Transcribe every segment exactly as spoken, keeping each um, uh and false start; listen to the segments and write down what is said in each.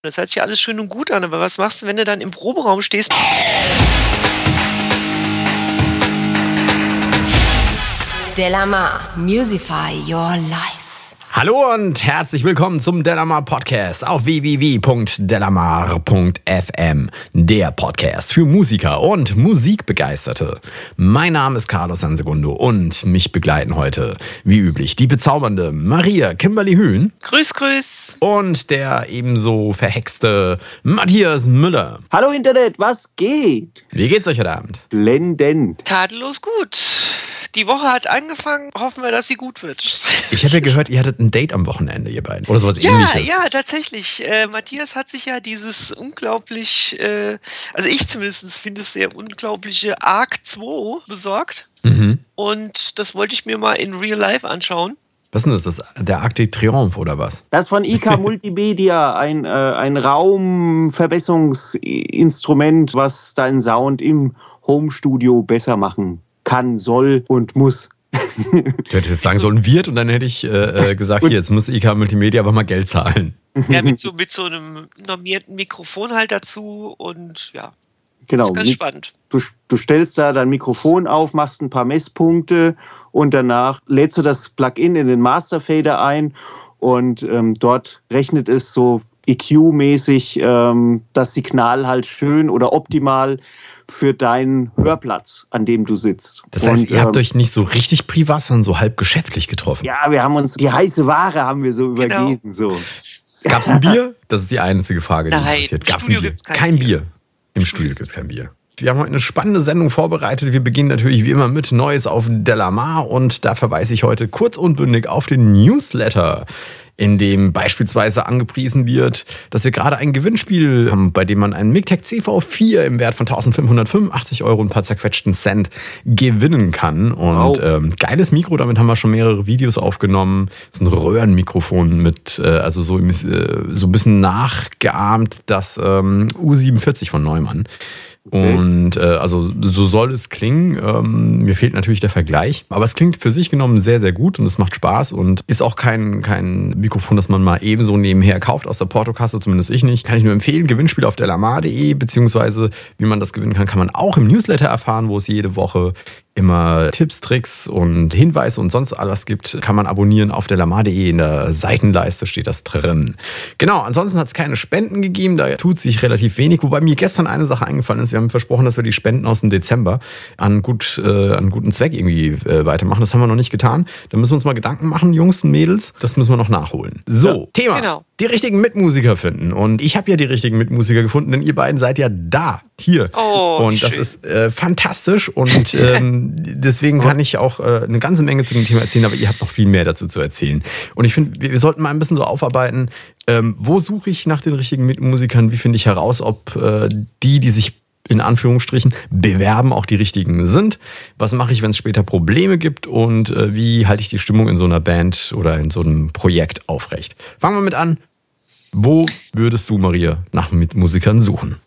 Das hört sich alles schön und gut an, aber was machst du, wenn du dann im Proberaum stehst? Delamar, Musify Your Life. Hallo und herzlich willkommen zum Delamar Podcast auf w w w punkt delamar punkt f m, der Podcast für Musiker und Musikbegeisterte. Mein Name ist Carlos Sansegundo und mich begleiten heute, wie üblich, die bezaubernde Maria Kimberly Hühn. Grüß, grüß. Und der ebenso verhexte Matthias Müller. Hallo Internet, was geht? Wie geht's euch heute Abend? Blendend. Tadellos gut. Die Woche hat angefangen, hoffen wir, dass sie gut wird. Ich habe ja gehört, ihr hattet ein Date am Wochenende, ihr beiden. Oder sowas ja, Ähnliches. Ja, tatsächlich. Äh, Matthias hat sich ja dieses unglaublich, äh, also ich zumindest finde es sehr unglaubliche Arc zwei besorgt. Mhm. Und das wollte ich mir mal in Real Life anschauen. Was ist denn das? Das der Arc de Triomphe oder was? Das ist von I K Multimedia, ein, äh, ein Raumverbesserungsinstrument, was deinen Sound im Homestudio besser machen kann, soll und muss. Du hättest jetzt sagen sollen, wird, und dann hätte ich äh, gesagt, hier, jetzt muss I K Multimedia aber mal Geld zahlen. Ja, mit so, mit so einem normierten Mikrofon halt dazu und ja. Genau. Das ist ganz spannend. Du, du stellst da dein Mikrofon auf, machst ein paar Messpunkte und danach lädst du das Plugin in den Masterfader ein und ähm, dort rechnet es so E Q-mäßig ähm, das Signal halt schön oder optimal für deinen Hörplatz, an dem du sitzt. Das heißt, und, ihr habt ähm, euch nicht so richtig privat, sondern so halb geschäftlich getroffen. Ja, wir haben uns, die heiße Ware haben wir so übergeben. Genau. So. Gab's ein Bier? Das ist die einzige Frage, die Nein, interessiert. Gab's im Studio ein Bier? Gibt's kein, kein Bier. Bier. Im Studio gibt es kein Bier. Wir haben heute eine spannende Sendung vorbereitet. Wir beginnen natürlich wie immer mit Neues auf Delamar und da verweise ich heute kurz und bündig auf den Newsletter, in dem beispielsweise angepriesen wird, dass wir gerade ein Gewinnspiel haben, bei dem man einen MikTek C V vier im Wert von eintausendfünfhundertfünfundachtzig Euro und ein paar zerquetschten Cent gewinnen kann. Und wow. ähm, geiles Mikro, damit haben wir schon mehrere Videos aufgenommen. Das ist ein Röhrenmikrofon mit, äh, also so, äh, so ein bisschen nachgeahmt das ähm, U siebenundvierzig von Neumann. Und äh, also so soll es klingen. Ähm, mir fehlt natürlich der Vergleich. Aber es klingt für sich genommen sehr, sehr gut und es macht Spaß und ist auch kein, kein Mikrofon, das man mal ebenso nebenher kauft aus der Portokasse, zumindest ich nicht. Kann ich nur empfehlen. Gewinnspiel auf delamar punkt de, beziehungsweise wie man das gewinnen kann, kann man auch im Newsletter erfahren, wo es jede Woche immer Tipps, Tricks und Hinweise und sonst alles gibt, kann man abonnieren auf delamar punkt de. In der Seitenleiste steht das drin. Genau, ansonsten hat es keine Spenden gegeben, da tut sich relativ wenig, wobei mir gestern eine Sache eingefallen ist. Wir haben versprochen, dass wir die Spenden aus dem Dezember an, gut, äh, an guten Zweck irgendwie äh, weitermachen. Das haben wir noch nicht getan. Da müssen wir uns mal Gedanken machen, Jungs und Mädels. Das müssen wir noch nachholen. So, ja, Thema. Genau. Die richtigen Mitmusiker finden. Und ich habe ja die richtigen Mitmusiker gefunden, denn ihr beiden seid ja da, hier. Oh, und das schön. ist äh, fantastisch und ähm, deswegen kann ich auch äh, eine ganze Menge zu dem Thema erzählen, aber ihr habt noch viel mehr dazu zu erzählen. Und ich finde, wir, wir sollten mal ein bisschen so aufarbeiten, ähm, wo suche ich nach den richtigen Mitmusikern, wie finde ich heraus, ob äh, die, die sich in Anführungsstrichen bewerben, auch die richtigen sind. Was mache ich, wenn es später Probleme gibt und äh, wie halte ich die Stimmung in so einer Band oder in so einem Projekt aufrecht? Fangen wir mit an. Wo würdest du, Maria, nach Mitmusikern suchen?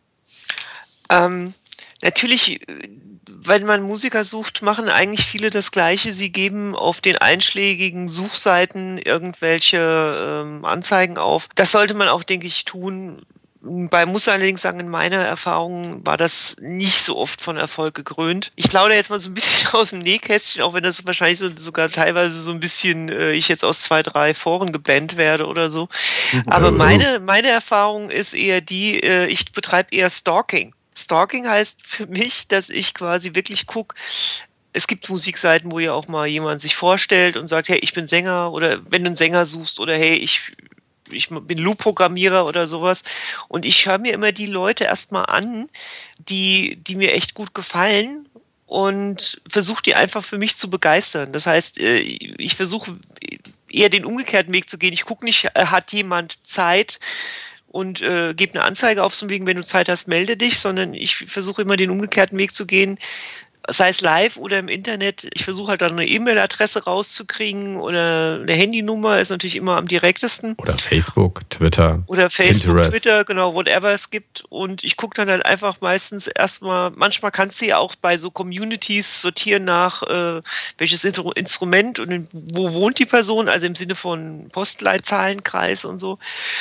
Ähm, natürlich, wenn man Musiker sucht, machen eigentlich viele das Gleiche. Sie geben auf den einschlägigen Suchseiten irgendwelche ähm, Anzeigen auf. Das sollte man auch, denke ich, tun. Bei muss allerdings sagen, in meiner Erfahrung war das nicht so oft von Erfolg gekrönt. Ich plaudere jetzt mal so ein bisschen aus dem Nähkästchen, auch wenn das wahrscheinlich so, sogar teilweise so ein bisschen äh, ich jetzt aus zwei, drei Foren gebannt werde oder so. Aber meine, meine Erfahrung ist eher die, äh, ich betreibe eher Stalking. Stalking heißt für mich, dass ich quasi wirklich gucke, es gibt Musikseiten, wo ja auch mal jemand sich vorstellt und sagt, hey, ich bin Sänger, oder wenn du einen Sänger suchst, oder hey, ich ich bin Loop-Programmierer oder sowas, und ich höre mir immer die Leute erstmal an, die, die mir echt gut gefallen, und versuche die einfach für mich zu begeistern. Das heißt, ich versuche eher den umgekehrten Weg zu gehen. Ich gucke nicht, hat jemand Zeit und äh, gebe eine Anzeige auf, so wegen, wenn du Zeit hast, melde dich, sondern ich versuche immer den umgekehrten Weg zu gehen. Sei es live oder im Internet, ich versuche halt dann eine E-Mail-Adresse rauszukriegen oder eine Handynummer ist natürlich immer am direktesten. Oder Facebook, Twitter, Oder Facebook, Pinterest. Twitter, genau, whatever es gibt. Und ich gucke dann halt einfach meistens erstmal, manchmal kannst du ja auch bei so Communities sortieren nach, äh, welches Instrument und in, wo wohnt die Person, also im Sinne von Postleitzahlenkreis und so.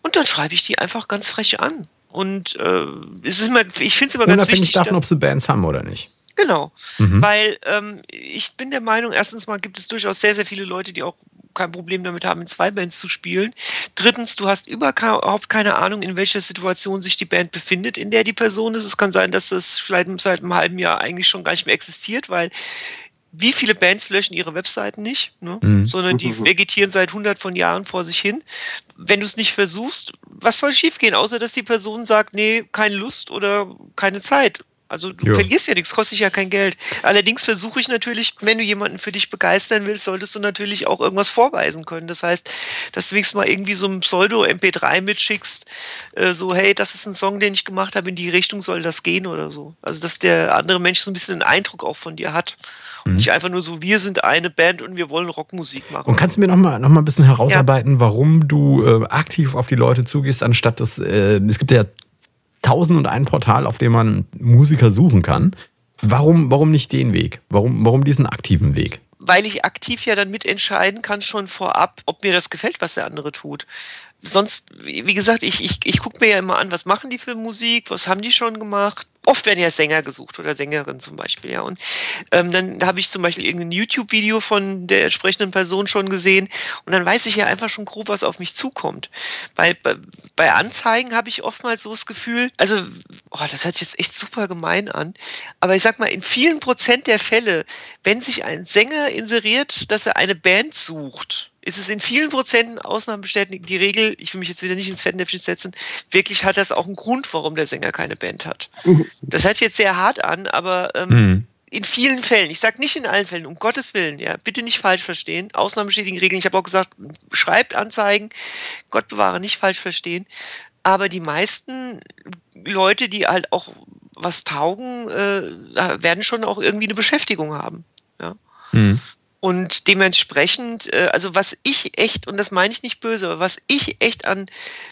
Und dann schreibe ich die einfach ganz frech an. Und äh, es ist immer, ich finde es immer ganz Unabhängig wichtig, davon, dass, ob sie Bands haben oder nicht. genau, Mhm. weil ähm, ich bin der Meinung, erstens mal gibt es durchaus sehr, sehr viele Leute, die auch kein Problem damit haben, in zwei Bands zu spielen. Drittens, du hast überhaupt keine Ahnung, in welcher Situation sich die Band befindet, in der die Person ist. Es kann sein, dass das vielleicht seit einem halben Jahr eigentlich schon gar nicht mehr existiert, weil wie viele Bands löschen ihre Webseiten nicht, ne? Mhm. Sondern die vegetieren seit hundert von Jahren vor sich hin. Wenn du es nicht versuchst, was soll schiefgehen, außer dass die Person sagt, nee, keine Lust oder keine Zeit. Also du Ja. verlierst ja nichts, kostet dich ja kein Geld. Allerdings versuche ich natürlich, wenn du jemanden für dich begeistern willst, solltest du natürlich auch irgendwas vorweisen können. Das heißt, dass du wenigstens mal irgendwie so ein Pseudo-M P drei mitschickst, äh, so hey, das ist ein Song, den ich gemacht habe, in die Richtung soll das gehen oder so. Also dass der andere Mensch so ein bisschen einen Eindruck auch von dir hat. Und Mhm. nicht einfach nur so, wir sind eine Band und wir wollen Rockmusik machen. Und kannst du mir noch mal, noch mal ein bisschen herausarbeiten, warum du äh, aktiv auf die Leute zugehst, anstatt das, äh, es gibt ja tausend und ein Portal, auf dem man Musiker suchen kann. Warum, warum nicht den Weg? Warum, warum diesen aktiven Weg? Weil ich aktiv ja dann mitentscheiden kann schon vorab, ob mir das gefällt, was der andere tut. Sonst, wie gesagt, ich, ich, ich gucke mir ja immer an, was machen die für Musik, was haben die schon gemacht. Oft werden ja Sänger gesucht oder Sängerin zum Beispiel, ja. Und ähm, dann habe ich zum Beispiel irgendein YouTube-Video von der entsprechenden Person schon gesehen und dann weiß ich ja einfach schon grob, was auf mich zukommt. Bei, bei, bei Anzeigen habe ich oftmals so das Gefühl, also, oh, das hört sich jetzt echt super gemein an, aber ich sag mal, in vielen Prozent der Fälle, wenn sich ein Sänger inseriert, dass er eine Band sucht, ist es in vielen Prozenten Ausnahmen bestätigt die Regel, ich will mich jetzt wieder nicht ins Fettnäpfchen setzen, wirklich hat das auch einen Grund, warum der Sänger keine Band hat. Das hört sich jetzt sehr hart an, aber ähm, Mhm. in vielen Fällen, ich sage nicht in allen Fällen, um Gottes Willen, ja, bitte nicht falsch verstehen, Ausnahmen bestätigen Regeln, ich habe auch gesagt, schreibt Anzeigen, Gott bewahre, nicht falsch verstehen, aber die meisten Leute, die halt auch was taugen, äh, werden schon auch irgendwie eine Beschäftigung haben, ja. Mhm. Und dementsprechend, äh, also was ich echt, und das meine ich nicht böse, aber was ich echt an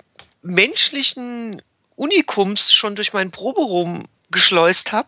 menschlichen Unikums schon durch meinen Proberaum geschleust habe.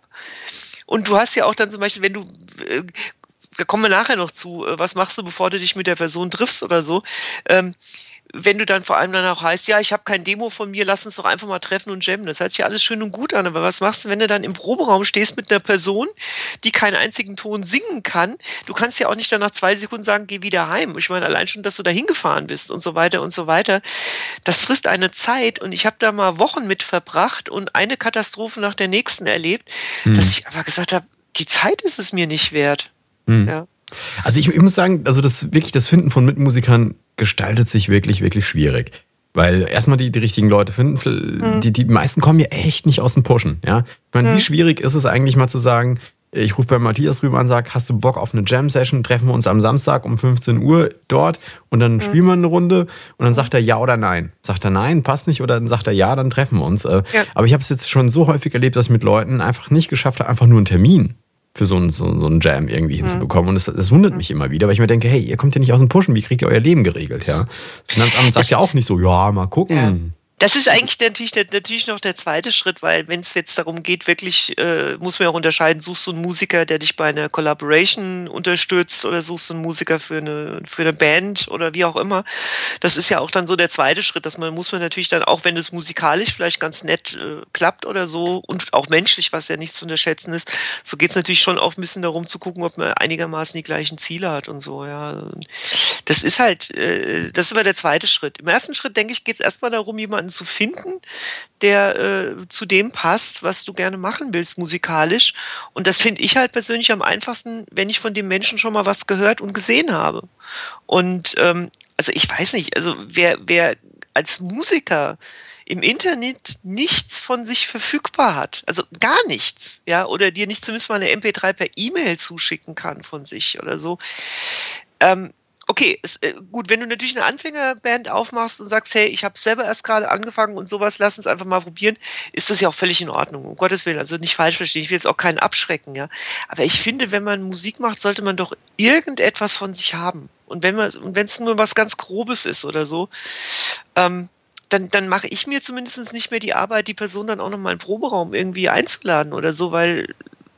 Und du hast ja auch dann zum Beispiel, wenn du, äh, da kommen wir nachher noch zu, äh, was machst du, bevor du dich mit der Person triffst oder so, ähm, wenn du dann vor allem dann auch heißt, ja, ich habe kein Demo von mir, lass uns doch einfach mal treffen und jammen. Das hört sich ja alles schön und gut an, aber was machst du, wenn du dann im Proberaum stehst mit einer Person, die keinen einzigen Ton singen kann? Du kannst ja auch nicht dann nach zwei Sekunden sagen, geh wieder heim. Ich meine, allein schon, dass du da hingefahren bist und so weiter und so weiter. Das frisst eine Zeit und ich habe da mal Wochen mit verbracht und eine Katastrophe nach der nächsten erlebt, Mhm. dass ich einfach gesagt habe, die Zeit ist es mir nicht wert. Mhm. Ja. Also ich, ich muss sagen, also das wirklich das Finden von Mitmusikern gestaltet sich wirklich, wirklich schwierig. Weil erstmal die, die richtigen Leute finden, Mhm. die, die meisten kommen ja echt nicht aus dem Pushen. Ja? Ich meine, Mhm. wie schwierig ist es eigentlich mal zu sagen, ich rufe bei Matthias rüber und sage, hast du Bock auf eine Jam-Session? Treffen wir uns am Samstag um fünfzehn Uhr dort und dann spielen wir eine Runde und dann sagt er ja oder nein. Sagt er nein, passt nicht, oder dann sagt er ja, dann treffen wir uns. Äh, Ja. Aber ich habe es jetzt schon so häufig erlebt, dass ich mit Leuten einfach nicht geschafft habe, einfach nur einen Termin für so einen, so, so einen Jam irgendwie hinzubekommen. Und das, das wundert mich immer wieder, weil ich mir denke, hey, ihr kommt ja nicht aus dem Pushen, wie kriegt ihr euer Leben geregelt? Ja? Das Finanzamt sagt Das- ja auch nicht so, ja, mal gucken. Ja. Das ist eigentlich natürlich, der, natürlich noch der zweite Schritt, weil wenn es jetzt darum geht, wirklich, äh, muss man ja auch unterscheiden, suchst du einen Musiker, der dich bei einer Collaboration unterstützt oder suchst du einen Musiker für eine, für eine Band oder wie auch immer. Das ist ja auch dann so der zweite Schritt, dass man, muss man natürlich dann, auch wenn es musikalisch vielleicht ganz nett äh, klappt oder so und auch menschlich, was ja nicht zu unterschätzen ist, so geht es natürlich schon auch ein bisschen darum zu gucken, ob man einigermaßen die gleichen Ziele hat und so, ja. Das ist halt, äh, das ist immer der zweite Schritt. Im ersten Schritt, denke ich, geht es erstmal darum, jemanden zu finden, der äh, zu dem passt, was du gerne machen willst musikalisch. Und das finde ich halt persönlich am einfachsten, wenn ich von dem Menschen schon mal was gehört und gesehen habe. Und ähm, also ich weiß nicht, also wer, wer als Musiker im Internet nichts von sich verfügbar hat, also gar nichts, ja, oder dir nicht zumindest mal eine M P drei per E-Mail zuschicken kann von sich oder so, ähm, okay, ist, äh, gut, wenn du natürlich eine Anfängerband aufmachst und sagst, hey, ich habe selber erst gerade angefangen und sowas, lass uns einfach mal probieren, ist das ja auch völlig in Ordnung, um Gottes Willen, also nicht falsch verstehen, ich will jetzt auch keinen abschrecken, ja, aber ich finde, wenn man Musik macht, sollte man doch irgendetwas von sich haben und wenn man, und wenn es nur was ganz Grobes ist oder so, ähm, dann, dann mache ich mir zumindest nicht mehr die Arbeit, die Person dann auch noch mal in den Proberaum irgendwie einzuladen oder so, weil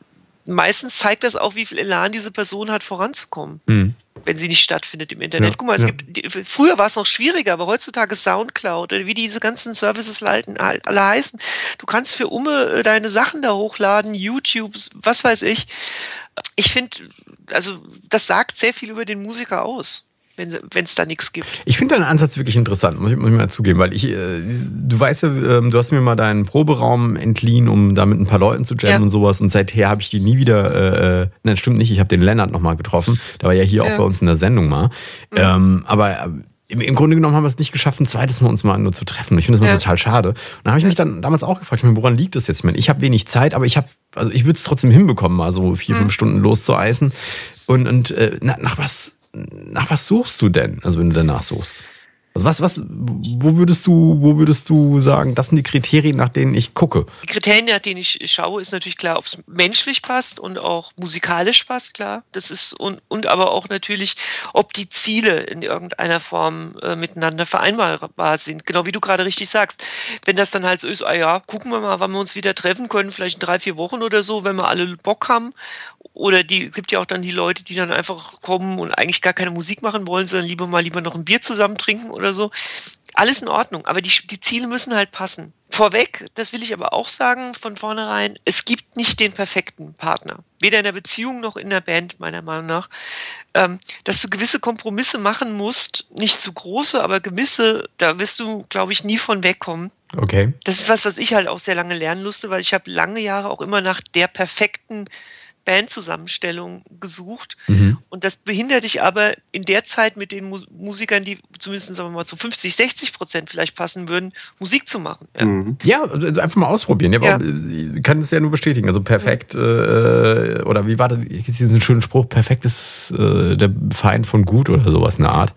meistens zeigt das auch, wie viel Elan diese Person hat, voranzukommen. Mhm. Wenn sie nicht stattfindet im Internet. Ja, Guck mal, es ja. gibt, die, früher war es noch schwieriger, aber heutzutage Soundcloud oder wie diese ganzen Services halten, alle heißen. Du kannst für Umme deine Sachen da hochladen, YouTube, was weiß ich. Ich finde, also das sagt sehr viel über den Musiker aus, wenn es da nichts gibt. Ich finde deinen Ansatz wirklich interessant, muss ich, muss ich mal zugeben, weil ich, äh, du weißt ja, äh, du hast mir mal deinen Proberaum entliehen, um da mit ein paar Leuten zu jammen Ja. und sowas und seither habe ich die nie wieder, äh, nein, stimmt nicht, ich habe den Lennart nochmal getroffen, der war ja hier Ja. auch bei uns in der Sendung mal, Mhm. ähm, aber äh, im, im Grunde genommen haben wir es nicht geschafft, ein zweites Mal uns mal nur zu treffen. Ich finde das mal Ja. total schade. Und da habe ich mich dann damals auch gefragt, ich meine, woran liegt das jetzt? Ich meine, ich habe wenig Zeit, aber ich habe, also ich würde es trotzdem hinbekommen, mal so vier, Mhm. fünf Stunden loszueisen. Und, und äh, na, nach was Nach was suchst du denn, also wenn du danach suchst? Also was, was, wo würdest du, wo würdest du sagen, das sind die Kriterien, nach denen ich gucke? Die Kriterien, nach denen ich schaue, ist natürlich klar, ob es menschlich passt und auch musikalisch passt, klar. Das ist und, und aber auch natürlich, ob die Ziele in irgendeiner Form äh, miteinander vereinbarbar sind. Genau wie du gerade richtig sagst. Wenn das dann halt so ist, ah ja, gucken wir mal, wann wir uns wieder treffen können, vielleicht in drei, vier Wochen oder so, wenn wir alle Bock haben. Oder die gibt ja auch dann die Leute, die dann einfach kommen und eigentlich gar keine Musik machen wollen, sondern lieber mal lieber noch ein Bier zusammen trinken oder so. Alles in Ordnung, aber die, die Ziele müssen halt passen. Vorweg, das will ich aber auch sagen von vornherein, es gibt nicht den perfekten Partner. Weder in der Beziehung noch in der Band, meiner Meinung nach. Ähm, dass du gewisse Kompromisse machen musst, nicht zu große, aber gewisse, da wirst du, glaube ich, nie von wegkommen. Okay. Das ist was, was ich halt auch sehr lange lernen musste, weil ich habe lange Jahre auch immer nach der perfekten Bandzusammenstellung gesucht. Mhm. Und das behindert dich aber in der Zeit mit den Mu- Musikern, die zumindest sagen wir mal zu fünfzig, sechzig Prozent vielleicht passen würden, Musik zu machen. Ja. Mhm. Ja, also einfach mal ausprobieren. Ja, Ja. aber ich kann es ja nur bestätigen. Also perfekt, äh, oder wie war das? Gibt es diesen schönen Spruch, perfekt ist äh, der Feind von gut oder sowas in der Art.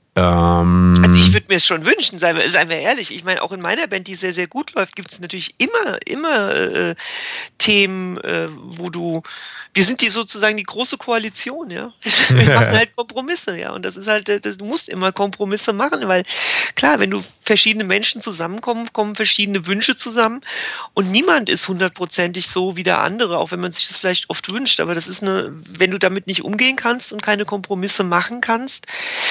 Ähm, Also ich würde mir es schon wünschen, seien wir, seien wir ehrlich. Ich meine, auch in meiner Band, die sehr, sehr gut läuft, gibt es natürlich immer, immer äh, Themen, äh, wo du, wir sind die sozusagen die große Koalition, ja. Wir machen halt Kompromisse, ja. Und das ist halt, das, du musst immer Kompromisse machen, weil klar, wenn du verschiedene Menschen zusammenkommen, kommen verschiedene Wünsche zusammen und niemand ist hundertprozentig so wie der andere, auch wenn man sich das vielleicht oft wünscht. Aber das ist eine, wenn du damit nicht umgehen kannst und keine Kompromisse machen kannst,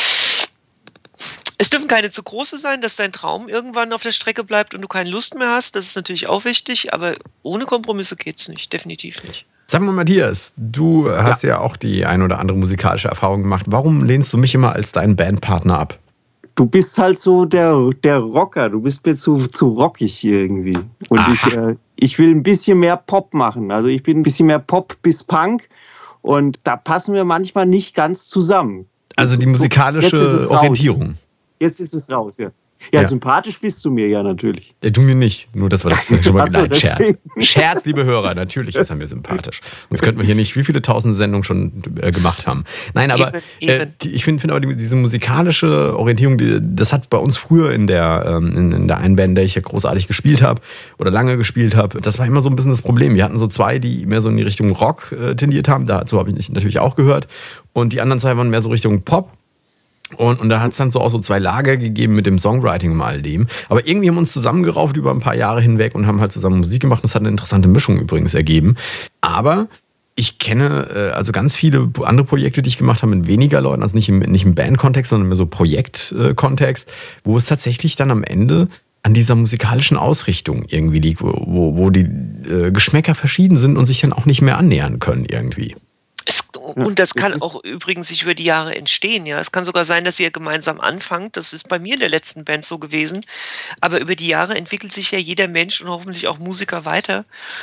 es dürfen keine zu große sein, dass dein Traum irgendwann auf der Strecke bleibt und du keine Lust mehr hast. Das ist natürlich auch wichtig, aber ohne Kompromisse geht's nicht, definitiv nicht. Sag mal, Matthias, du hast ja. ja auch die ein oder andere musikalische Erfahrung gemacht. Warum lehnst du mich immer als deinen Bandpartner ab? Du bist halt so der, der Rocker, du bist mir zu, zu rockig irgendwie. Und Aha. ich, äh, ich will ein bisschen mehr Pop machen. Also ich bin ein bisschen mehr Pop bis Punk und da passen wir manchmal nicht ganz zusammen. Also die musikalische Jetzt ist es raus. Orientierung. Jetzt ist es raus, ja. Ja, Ja. sympathisch bist du mir ja natürlich. Ja, du mir nicht. Nur, dass wir das schon mal Ach so, Nein, Scherz. deswegen. Scherz, liebe Hörer. Natürlich ist er mir sympathisch. Sonst könnten wir hier nicht wie viele tausend Sendungen schon äh, gemacht haben. Nein, aber Eben, äh, eben. die, ich finde find aber die, diese musikalische Orientierung, die, das hat bei uns früher in der, ähm, in, in der einen Band, in der ich ja großartig gespielt habe oder lange gespielt habe, das war immer so ein bisschen das Problem. Wir hatten so zwei, die mehr so in die Richtung Rock äh, tendiert haben. Dazu habe ich natürlich auch gehört. Und die anderen zwei waren mehr so Richtung Pop. Und, und da hat es dann so auch so zwei Lager gegeben mit dem Songwriting und all dem. Aber irgendwie haben wir uns zusammengerauft über ein paar Jahre hinweg und haben halt zusammen Musik gemacht. Das hat eine interessante Mischung übrigens ergeben. Aber ich kenne äh, also ganz viele andere Projekte, die ich gemacht habe mit weniger Leuten, also nicht im, nicht im Band-Kontext, sondern mehr so Projekt-Kontext, wo es tatsächlich dann am Ende an dieser musikalischen Ausrichtung irgendwie liegt, wo, wo, wo die äh, Geschmäcker verschieden sind und sich dann auch nicht mehr annähern können irgendwie. Es, und das kann auch übrigens sich über die Jahre entstehen, ja. Es kann sogar sein, dass ihr gemeinsam anfangt. Das ist bei mir in der letzten Band so gewesen. Aber über die Jahre entwickelt sich ja jeder Mensch und hoffentlich auch Musiker weiter.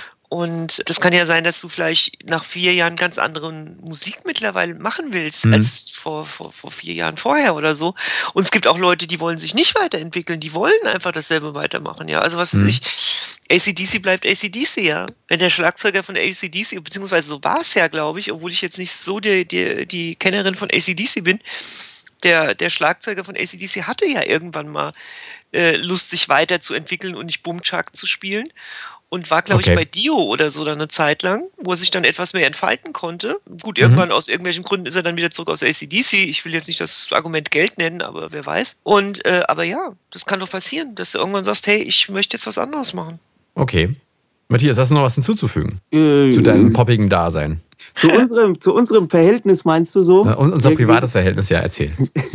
Und das kann ja sein, dass du vielleicht nach vier Jahren ganz andere Musik mittlerweile machen willst, Mhm. als vor, vor, vor vier Jahren vorher oder so. Und es gibt auch Leute, die wollen sich nicht weiterentwickeln, die wollen einfach dasselbe weitermachen, ja. Also was weiß Mhm. ich, A C D C bleibt A C D C, ja. Wenn der Schlagzeuger von A C D C, beziehungsweise so war es ja, glaube ich, obwohl ich jetzt nicht so die, die, die Kennerin von A C D C bin, der, der Schlagzeuger von A C D C hatte ja irgendwann mal äh, Lust, sich weiterzuentwickeln und nicht Bumchak zu spielen. Und war, glaube Okay. ich, bei Dio oder so dann eine Zeit lang, wo er sich dann etwas mehr entfalten konnte. Gut, Mhm. irgendwann aus irgendwelchen Gründen ist er dann wieder zurück aus A C D C. Ich will jetzt nicht das Argument Geld nennen, aber wer weiß. Und, äh, aber ja, das kann doch passieren, dass du irgendwann sagst, hey, ich möchte jetzt was anderes machen. Okay. Matthias, hast du noch was hinzuzufügen? Äh, zu deinem poppigen Dasein? Zu unserem, zu unserem Verhältnis meinst du so? Ja, unser privates Verhältnis, ja, erzähl.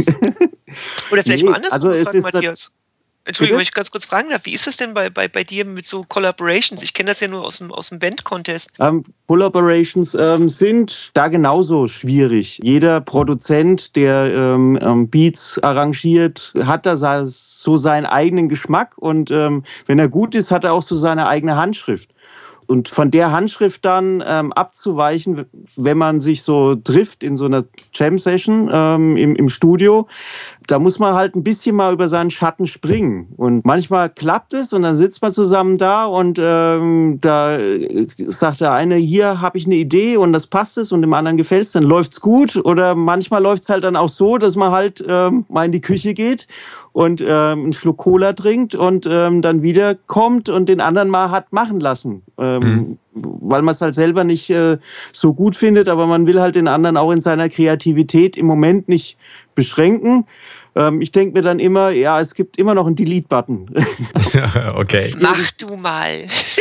Oder vielleicht Nee, mal anders also es gefragt, ist- Matthias. Entschuldigung, Bitte? wenn ich ganz kurz fragen darf, wie ist das denn bei, bei, bei dir mit so Collaborations? Ich kenne das ja nur aus dem, aus dem Band-Contest. Ähm, Collaborations ähm, sind da genauso schwierig. Jeder Produzent, der ähm, ähm, Beats arrangiert, hat da sa- so seinen eigenen Geschmack und ähm, wenn er gut ist, hat er auch so seine eigene Handschrift. Und von der Handschrift dann ähm, abzuweichen, wenn man sich so trifft in so einer Jam-Session ähm, im, im Studio, da muss man halt ein bisschen mal über seinen Schatten springen. Und manchmal klappt es und dann sitzt man zusammen da und ähm, da äh, sagt der eine, hier habe ich eine Idee und das passt es und dem anderen gefällt es, dann läuft's gut. Oder manchmal läuft's halt dann auch so, dass man halt ähm, mal in die Küche geht und ähm, einen Schluck Cola trinkt und ähm, dann wieder kommt und den anderen mal hat machen lassen. Ähm, mhm. Weil man es halt selber nicht äh, so gut findet, aber man will halt den anderen auch in seiner Kreativität im Moment nicht beschränken. Ähm, ich denke mir dann immer, ja, es gibt immer noch einen Delete-Button. Okay. Mach du mal.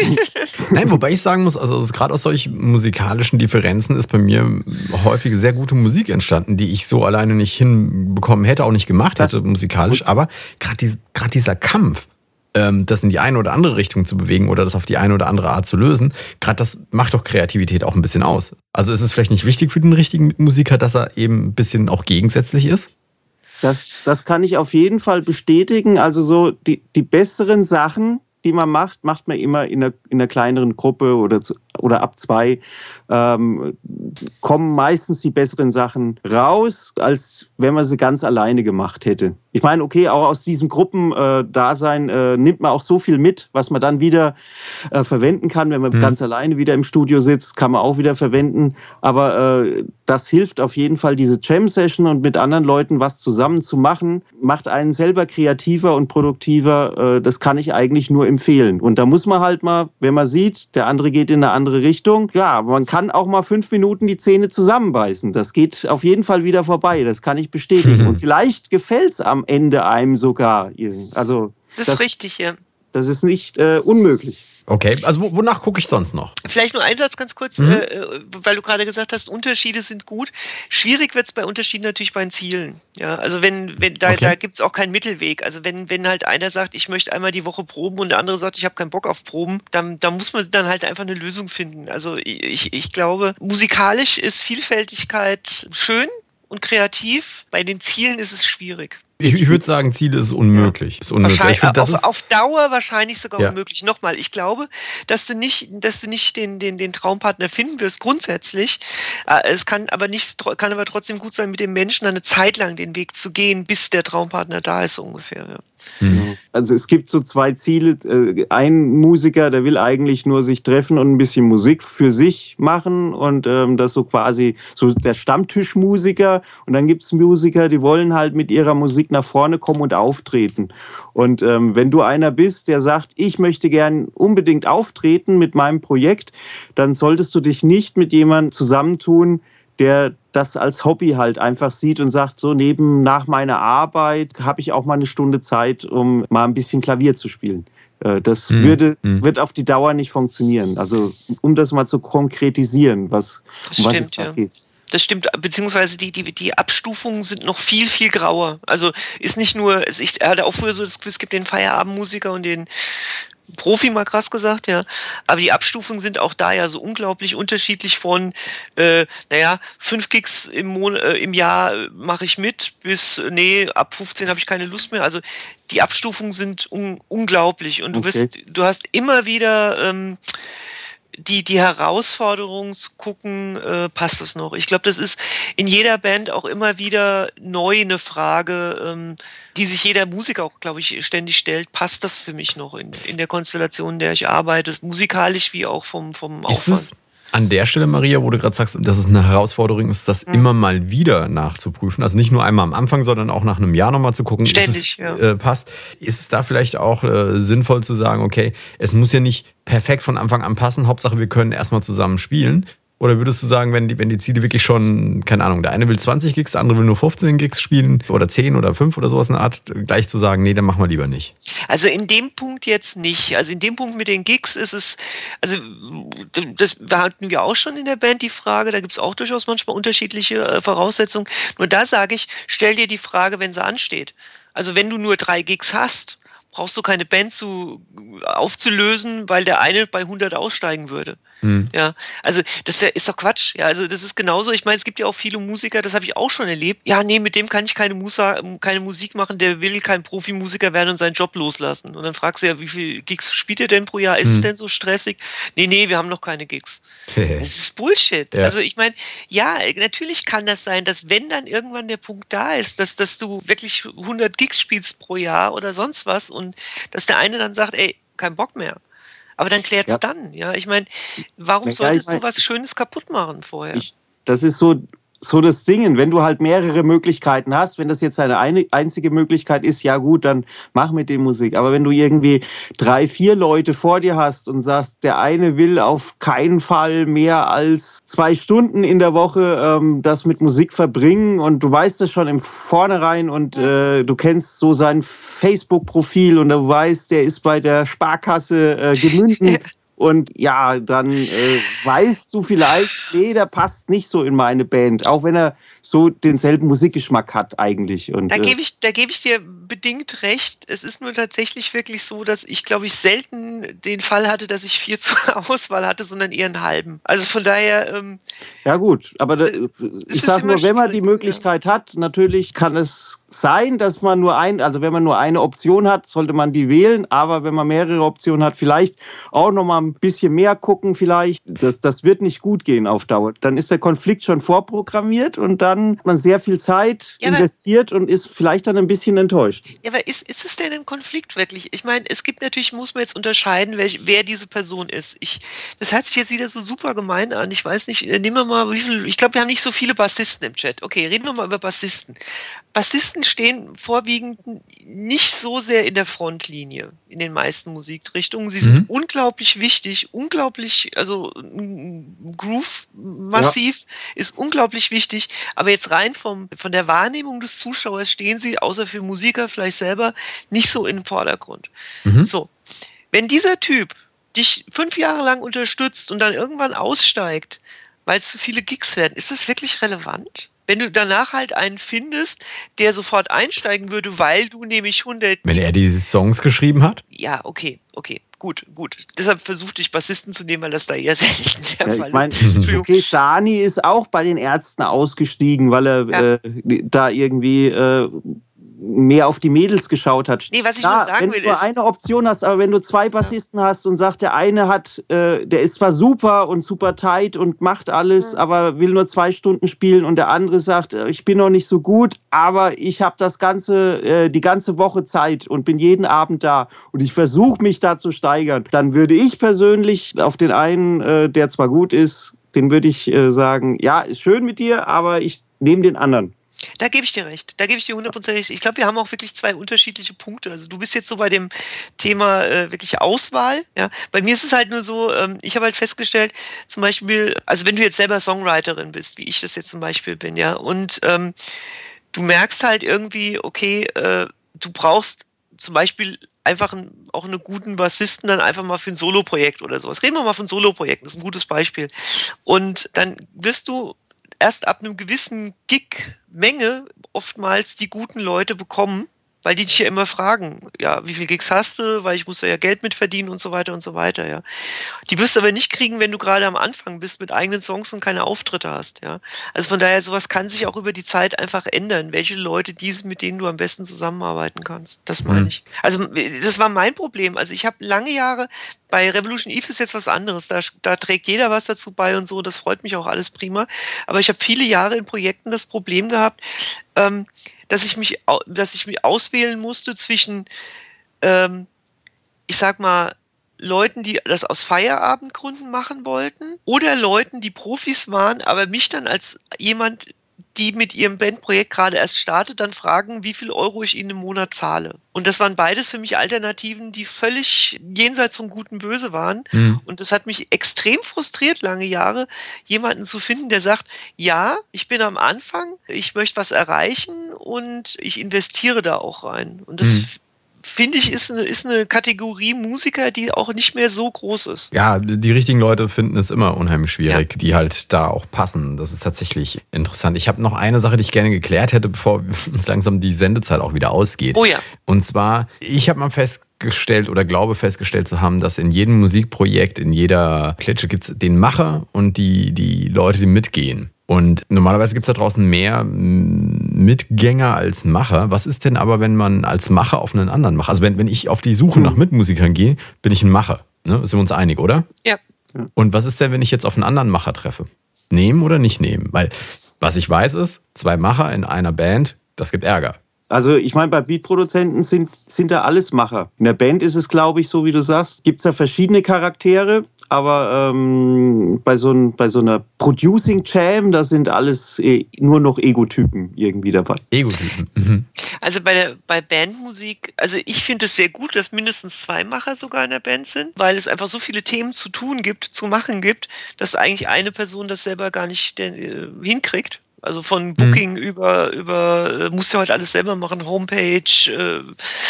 Nein, wobei ich sagen muss, also gerade aus solchen musikalischen Differenzen ist bei mir häufig sehr gute Musik entstanden, die ich so alleine nicht hinbekommen hätte, auch nicht gemacht hätte Das- musikalisch. Aber gerade dies, gerade dieser Kampf, ähm, das in die eine oder andere Richtung zu bewegen oder das auf die eine oder andere Art zu lösen, gerade das macht doch Kreativität auch ein bisschen aus. Also ist es vielleicht nicht wichtig für den richtigen Musiker, dass er eben ein bisschen auch gegensätzlich ist? Das, das kann ich auf jeden Fall bestätigen. Also so die, die besseren Sachen, die man macht, macht man immer in einer, in einer kleineren Gruppe oder, zu, oder ab zwei. Ähm, kommen meistens die besseren Sachen raus, als wenn man sie ganz alleine gemacht hätte. Ich meine, okay, auch aus diesem Gruppendasein äh, äh, nimmt man auch so viel mit, was man dann wieder äh, verwenden kann. Wenn man mhm. ganz alleine wieder im Studio sitzt, kann man auch wieder verwenden. Aber äh, das hilft auf jeden Fall, diese Jam-Session und mit anderen Leuten was zusammen zu machen, macht einen selber kreativer und produktiver. Äh, das kann ich eigentlich nur empfehlen. Und da muss man halt mal, wenn man sieht, der andere geht in eine andere Richtung, ja, man kann auch mal fünf Minuten die Zähne zusammenbeißen. Das geht auf jeden Fall wieder vorbei. Das kann ich bestätigen. Mhm. Und vielleicht gefällt es am Ende einem sogar. Also, das, das ist richtig, ja. Das ist nicht äh, unmöglich. Okay, also wonach gucke ich sonst noch? Vielleicht nur ein Satz ganz kurz, mhm. äh, weil du gerade gesagt hast, Unterschiede sind gut. Schwierig wird es bei Unterschieden natürlich bei den Zielen. Ja, also wenn, wenn da, okay. da gibt es auch keinen Mittelweg. Also wenn, wenn halt einer sagt, ich möchte einmal die Woche proben und der andere sagt, ich habe keinen Bock auf Proben, dann, dann muss man dann halt einfach eine Lösung finden. Also ich, ich glaube, musikalisch ist Vielfältigkeit schön und kreativ. Bei den Zielen ist es schwierig. Ich, ich würde sagen, Ziele ist unmöglich. Ist unmöglich. Wahrscheinlich, ich find, das auf, ist auf Dauer wahrscheinlich sogar ja. unmöglich. Nochmal, ich glaube, dass du nicht, dass du nicht den, den, den Traumpartner finden wirst, grundsätzlich. Es kann aber nicht, kann aber trotzdem gut sein, mit dem Menschen eine Zeit lang den Weg zu gehen, bis der Traumpartner da ist, so ungefähr. Ja. Mhm. Also es gibt so zwei Ziele. Ein Musiker, der will eigentlich nur sich treffen und ein bisschen Musik für sich machen und ähm, das so quasi so der Stammtischmusiker. Und dann gibt es Musiker, die wollen halt mit ihrer Musik nach vorne kommen und auftreten. Und ähm, wenn du einer bist, der sagt, ich möchte gern unbedingt auftreten mit meinem Projekt, dann solltest du dich nicht mit jemandem zusammentun, der das als Hobby halt einfach sieht und sagt, so neben nach meiner Arbeit habe ich auch mal eine Stunde Zeit, um mal ein bisschen Klavier zu spielen. Äh, das mhm. würde, mhm. wird auf die Dauer nicht funktionieren. Also um das mal zu konkretisieren, was, das um was stimmt, es da ja. geht. Das stimmt, beziehungsweise die, die, die Abstufungen sind noch viel, viel grauer. Also ist nicht nur, ich hatte auch früher so das Gefühl, es gibt den Feierabendmusiker und den Profi, mal krass gesagt, ja. Aber die Abstufungen sind auch da ja so unglaublich unterschiedlich von, äh, naja, fünf Gigs im, Mon- äh, im Jahr mache ich mit, bis, nee, ab fünfzehn habe ich keine Lust mehr. Also die Abstufungen sind un- unglaublich und du Okay. wirst, du hast immer wieder ähm, die, die Herausforderung zu gucken, äh, passt das noch? Ich glaube, das ist in jeder Band auch immer wieder neu eine Frage, ähm, die sich jeder Musiker auch, glaube ich, ständig stellt. Passt das für mich noch in, in der Konstellation, in der ich arbeite, musikalisch wie auch vom, vom Ist Aufwand? es an der Stelle, Maria, wo du gerade sagst, dass es eine Herausforderung ist, das Mhm. immer mal wieder nachzuprüfen, also nicht nur einmal am Anfang, sondern auch nach einem Jahr nochmal zu gucken, Ständig, ist es, ja. äh, passt. Ist es da vielleicht auch äh, sinnvoll zu sagen, okay, es muss ja nicht perfekt von Anfang an passen, Hauptsache wir können erstmal zusammen spielen. Oder würdest du sagen, wenn die, wenn die Ziele wirklich schon, keine Ahnung, der eine will zwanzig Gigs, der andere will nur fünfzehn Gigs spielen oder zehn oder fünf oder sowas in der Art, gleich zu sagen, nee, dann machen wir lieber nicht? Also in dem Punkt jetzt nicht. Also in dem Punkt mit den Gigs ist es, also das hatten wir auch schon in der Band die Frage, da gibt es auch durchaus manchmal unterschiedliche äh, Voraussetzungen. Nur da sage ich, stell dir die Frage, wenn sie ansteht. Also wenn du nur drei Gigs hast, brauchst du keine Band zu, aufzulösen, weil der eine bei hundert aussteigen würde. Hm. Ja, also das ist, ja, ist doch Quatsch. Ja, also das ist genauso. Ich meine, es gibt ja auch viele Musiker, das habe ich auch schon erlebt. Ja, nee, mit dem kann ich keine, Musa, keine Musik machen, der will kein Profimusiker werden und seinen Job loslassen. Und dann fragst du ja, wie viele Gigs spielt ihr denn pro Jahr? Ist hm. es denn so stressig? Nee, nee, wir haben noch keine Gigs. Das ist Bullshit. Ja. Also ich meine, ja, natürlich kann das sein, dass wenn dann irgendwann der Punkt da ist, dass, dass du wirklich hundert Gigs spielst pro Jahr oder sonst was und dass der eine dann sagt, ey, kein Bock mehr. Aber dann klärt's ja. dann, ja. Ich meine, warum ja, solltest ich mein, du was Schönes kaputt machen vorher? Ich, das ist so, so das Ding, wenn du halt mehrere Möglichkeiten hast, wenn das jetzt eine, eine einzige Möglichkeit ist, ja gut, dann mach mit dem Musik. Aber wenn du irgendwie drei, vier Leute vor dir hast und sagst, der eine will auf keinen Fall mehr als zwei Stunden in der Woche ähm, das mit Musik verbringen und du weißt das schon im Vornherein und äh, du kennst so sein Facebook-Profil und du weißt, der ist bei der Sparkasse äh, Gemünden. Und ja, dann äh, weißt du vielleicht, nee, der passt nicht so in meine Band, auch wenn er so denselben Musikgeschmack hat eigentlich. Und, da äh, gebe ich, da gebe ich dir bedingt recht. Es ist nur tatsächlich wirklich so, dass ich, glaube ich, selten den Fall hatte, dass ich vier zur Auswahl hatte, sondern eher einen halben. Also von daher... Ähm, ja gut, aber da, ich sage nur, wenn man die Möglichkeit ja. hat, natürlich kann es sein, dass man nur ein, also wenn man nur eine Option hat, sollte man die wählen, aber wenn man mehrere Optionen hat, vielleicht auch noch mal ein bisschen mehr gucken vielleicht. Das, das wird nicht gut gehen auf Dauer. Dann ist der Konflikt schon vorprogrammiert und dann hat man sehr viel Zeit ja, investiert und ist vielleicht dann ein bisschen enttäuscht. Ja, aber ist, ist es denn ein Konflikt wirklich? Ich meine, es gibt natürlich, muss man jetzt unterscheiden, welch, wer diese Person ist. Ich, das hört sich jetzt wieder so super gemein an. Ich weiß nicht, nehmen wir mal, wie viel, ich glaube, wir haben nicht so viele Bassisten im Chat. Okay, reden wir mal über Bassisten. Bassisten stehen vorwiegend nicht so sehr in der Frontlinie in den meisten Musikrichtungen. Sie sind mhm. unglaublich wichtig, unglaublich, also Groove massiv ja. ist unglaublich wichtig, aber jetzt rein vom, von der Wahrnehmung des Zuschauers stehen sie, außer für Musiker vielleicht selber, nicht so im Vordergrund. Mhm. So, wenn dieser Typ dich fünf Jahre lang unterstützt und dann irgendwann aussteigt, weil es zu viele Gigs werden, ist das wirklich relevant? Wenn du danach halt einen findest, der sofort einsteigen würde, weil du nämlich hundert... Wenn er die Songs geschrieben hat? Ja, okay, okay, gut, gut. Deshalb versuchte ich Bassisten zu nehmen, weil das da eher selten der ja, Fall ich mein, ist. Okay, Shani ist auch bei den Ärzten ausgestiegen, weil er ja. äh, da irgendwie... Äh, mehr auf die Mädels geschaut hat. Nee, was ich Klar, nur sagen wenn will, du ist... eine Option hast, aber wenn du zwei Bassisten ja. hast und sagst, der eine hat, äh, der ist zwar super und super tight und macht alles, mhm. aber will nur zwei Stunden spielen und der andere sagt, ich bin noch nicht so gut, aber ich habe das ganze, äh, die ganze Woche Zeit und bin jeden Abend da und ich versuche mich da zu steigern, dann würde ich persönlich auf den einen, äh, der zwar gut ist, den würde ich äh, sagen, ja, ist schön mit dir, aber ich nehme den anderen. Da gebe ich dir recht. Da gebe ich dir hundertprozentig. Ich glaube, wir haben auch wirklich zwei unterschiedliche Punkte. Also du bist jetzt so bei dem Thema äh, wirklich Auswahl. Ja. Bei mir ist es halt nur so, ähm, ich habe halt festgestellt, zum Beispiel, also wenn du jetzt selber Songwriterin bist, wie ich das jetzt zum Beispiel bin, ja, und ähm, du merkst halt irgendwie, okay, äh, du brauchst zum Beispiel einfach ein, auch einen guten Bassisten dann einfach mal für ein Soloprojekt oder sowas. Reden wir mal von Soloprojekten, das ist ein gutes Beispiel. Und dann wirst du erst ab einem gewissen Gig-Menge oftmals die guten Leute bekommen, weil die dich ja immer fragen, ja, wie viel Gigs hast du, weil ich muss da ja Geld mit verdienen und so weiter und so weiter, ja. Die wirst du aber nicht kriegen, wenn du gerade am Anfang bist mit eigenen Songs und keine Auftritte hast, ja. Also von daher, sowas kann sich auch über die Zeit einfach ändern, welche Leute die sind, mit denen du am besten zusammenarbeiten kannst. Das meine mhm. ich. Also das war mein Problem. Also ich habe lange Jahre, bei Revolution Eve ist jetzt was anderes, da, da trägt jeder was dazu bei und so, das freut mich auch alles prima, aber ich habe viele Jahre in Projekten das Problem gehabt, ähm, dass ich mich, dass ich mich auswählen musste zwischen, ähm, ich sag mal, Leuten, die das aus Feierabendgründen machen wollten oder Leuten, die Profis waren, aber mich dann als jemand, die mit ihrem Bandprojekt gerade erst startet, dann fragen, wie viel Euro ich ihnen im Monat zahle. Und das waren beides für mich Alternativen, die völlig jenseits von Gut und Böse waren. Mhm. Und das hat mich extrem frustriert, lange Jahre, jemanden zu finden, der sagt, ja, ich bin am Anfang, ich möchte was erreichen und ich investiere da auch rein. Und das mhm. finde ich, ist eine, ist eine Kategorie Musiker, die auch nicht mehr so groß ist. Ja, die richtigen Leute finden es immer unheimlich schwierig, ja. die halt da auch passen. Das ist tatsächlich interessant. Ich habe noch eine Sache, die ich gerne geklärt hätte, bevor uns langsam die Sendezeit auch wieder ausgeht. Oh ja. Und zwar, ich habe mal festgestellt oder glaube festgestellt zu haben, dass in jedem Musikprojekt, in jeder Klitsche gibt es den Macher und die, die Leute, die mitgehen. Und normalerweise gibt es da draußen mehr Mitgänger als Macher. Was ist denn aber, wenn man als Macher auf einen anderen Macher, also wenn, wenn ich auf die Suche nach Mitmusikern gehe, bin ich ein Macher. Ne? Sind wir uns einig, oder? Ja. Und was ist denn, wenn ich jetzt auf einen anderen Macher treffe? Nehmen oder nicht nehmen? Weil was ich weiß ist, zwei Macher in einer Band, das gibt Ärger. Also ich meine, bei Beatproduzenten sind, sind da alles Macher. In der Band ist es, glaube ich, so wie du sagst, gibt es da verschiedene Charaktere, aber ähm, bei, so ein, bei so einer Producing-Jam, da sind alles eh, nur noch Ego-Typen irgendwie dabei. Ego-Typen. Mhm. Also bei, der, bei Bandmusik, also ich finde es sehr gut, dass mindestens zwei Macher sogar in der Band sind, weil es einfach so viele Themen zu tun gibt, zu machen gibt, dass eigentlich eine Person das selber gar nicht äh, hinkriegt. Also von Booking mhm. über, über, musst du heute alles selber machen, Homepage, äh,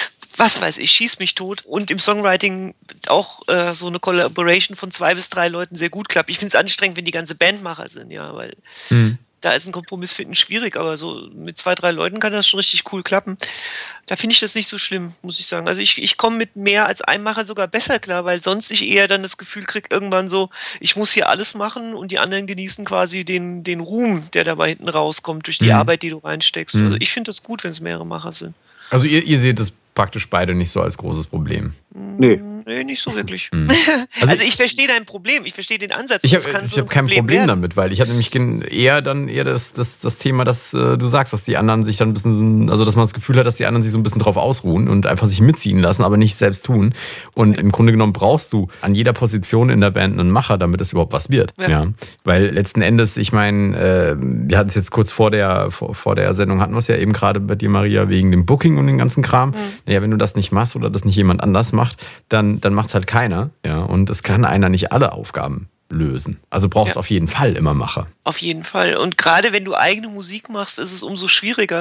was weiß ich, schieß mich tot. Und im Songwriting auch äh, so eine Collaboration von zwei bis drei Leuten sehr gut klappt. Ich finde es anstrengend, wenn die ganze Bandmacher sind, ja, weil mhm. da ist ein Kompromiss finden schwierig, aber so mit zwei, drei Leuten kann das schon richtig cool klappen. Da finde ich das nicht so schlimm, muss ich sagen. Also ich, ich komme mit mehr als einem Macher sogar besser klar, weil sonst ich eher dann das Gefühl kriege, irgendwann so, ich muss hier alles machen und die anderen genießen quasi den, den Ruhm, der dabei hinten rauskommt, durch die mhm. Arbeit, die du reinsteckst. Mhm. Also ich finde das gut, wenn es mehrere Macher sind. Also ihr, ihr seht das praktisch beide nicht so als großes Problem. Nee. Nee, nicht so wirklich. Mhm. Also, also ich verstehe dein Problem, ich verstehe den Ansatz. Ich habe so hab kein Problem, Problem damit, weil ich habe nämlich eher dann eher das, das, das Thema, dass äh, du sagst, dass die anderen sich dann ein bisschen, also dass man das Gefühl hat, dass die anderen sich so ein bisschen drauf ausruhen und einfach sich mitziehen lassen, aber nicht selbst tun. Und im Grunde genommen brauchst du an jeder Position in der Band einen Macher, damit es überhaupt was wird. Ja. Ja. Weil letzten Endes, ich meine, äh, wir hatten es jetzt kurz vor der, vor, vor der Sendung, hatten wir es ja eben gerade bei dir, Maria, wegen dem Booking und dem ganzen Kram. Mhm. Naja, wenn du das nicht machst oder das nicht jemand anders macht, dann, dann macht es halt keiner. Ja, und es kann einer nicht alle Aufgaben lösen. Also braucht es ja. auf jeden Fall immer Macher. Auf jeden Fall. Und gerade wenn du eigene Musik machst, ist es umso schwieriger.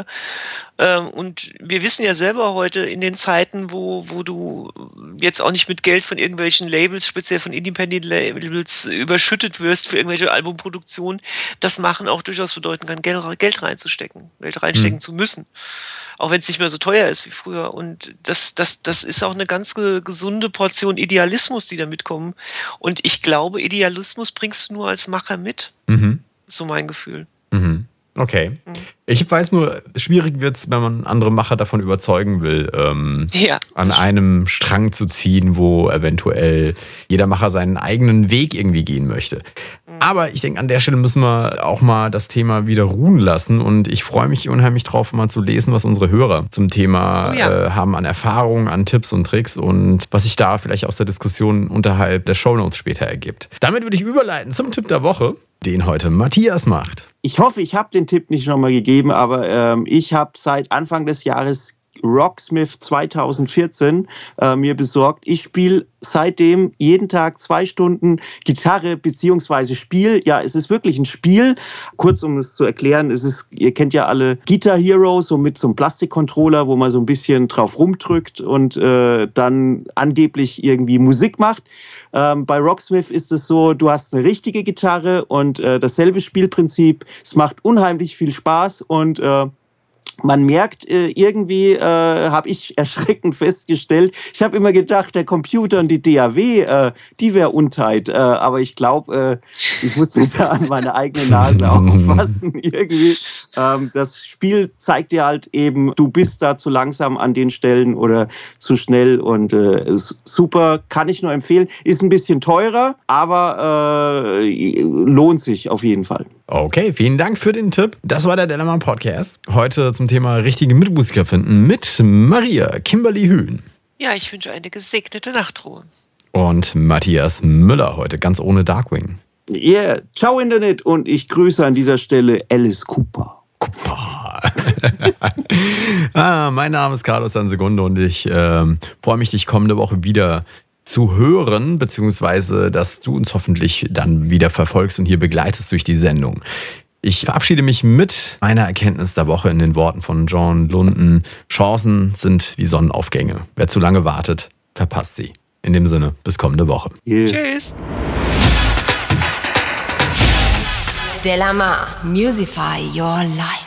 Und wir wissen ja selber heute in den Zeiten, wo, wo du jetzt auch nicht mit Geld von irgendwelchen Labels, speziell von Independent-Labels, überschüttet wirst für irgendwelche Albumproduktionen, das Machen auch durchaus bedeuten kann, Geld reinzustecken, Geld reinstecken hm. zu müssen. Auch wenn es nicht mehr so teuer ist wie früher. Und das, das, das ist auch eine ganz gesunde Portion Idealismus, die da mitkommen. Und ich glaube, Idealismus bringst du nur als Macher mit. Mhm. So mein Gefühl. Mhm. Okay. Mhm. Ich weiß nur, schwierig wird es, wenn man andere Macher davon überzeugen will, ähm, ja, an einem Strang zu ziehen, wo eventuell jeder Macher seinen eigenen Weg irgendwie gehen möchte. Mhm. Aber ich denke, an der Stelle müssen wir auch mal das Thema wieder ruhen lassen. Und ich freue mich unheimlich drauf, mal zu lesen, was unsere Hörer zum Thema oh ja. äh, haben an Erfahrungen, an Tipps und Tricks und was sich da vielleicht aus der Diskussion unterhalb der Shownotes später ergibt. Damit würde ich überleiten zum Tipp der Woche, den heute Matthias macht. Ich hoffe, ich habe den Tipp nicht schon mal gegeben, aber ähm, ich habe seit Anfang des Jahres Rocksmith zweitausendvierzehn äh, mir besorgt. Ich spiele seitdem jeden Tag zwei Stunden Gitarre beziehungsweise Spiel. Ja, es ist wirklich ein Spiel. Kurz, um es zu erklären, es ist, ihr kennt ja alle Guitar Hero, so mit so einem Plastikcontroller, wo man so ein bisschen drauf rumdrückt und äh, dann angeblich irgendwie Musik macht. Ähm, bei Rocksmith ist es so, du hast eine richtige Gitarre und äh, dasselbe Spielprinzip. Es macht unheimlich viel Spaß und äh, man merkt, äh, irgendwie äh, habe ich erschreckend festgestellt, ich habe immer gedacht, der Computer und die D A W, äh, die wäre untight. Äh, aber ich glaube, äh, ich muss mir da an meine eigene Nase auffassen. irgendwie. Ähm, das Spiel zeigt dir halt eben, du bist da zu langsam an den Stellen oder zu schnell. Und äh, ist super, kann ich nur empfehlen. Ist ein bisschen teurer, aber äh, lohnt sich auf jeden Fall. Okay, vielen Dank für den Tipp. Das war der Delamar Podcast. Heute zum Thema richtige Mitmusiker finden mit Maria Kimberly Hühn. Ja, ich wünsche eine gesegnete Nachtruhe. Und Matthias Müller heute ganz ohne Darkwing. Yeah, ciao Internet und ich grüße an dieser Stelle Alice Cooper. ah, mein Name ist Carlos Sansegunde und ich ähm, freue mich, dich kommende Woche wieder zu hören, beziehungsweise, dass du uns hoffentlich dann wieder verfolgst und hier begleitest durch die Sendung. Ich verabschiede mich mit meiner Erkenntnis der Woche in den Worten von John Lunden. Chancen sind wie Sonnenaufgänge. Wer zu lange wartet, verpasst sie. In dem Sinne, bis kommende Woche. Yeah. Tschüss. Delamar, Musify Your Life.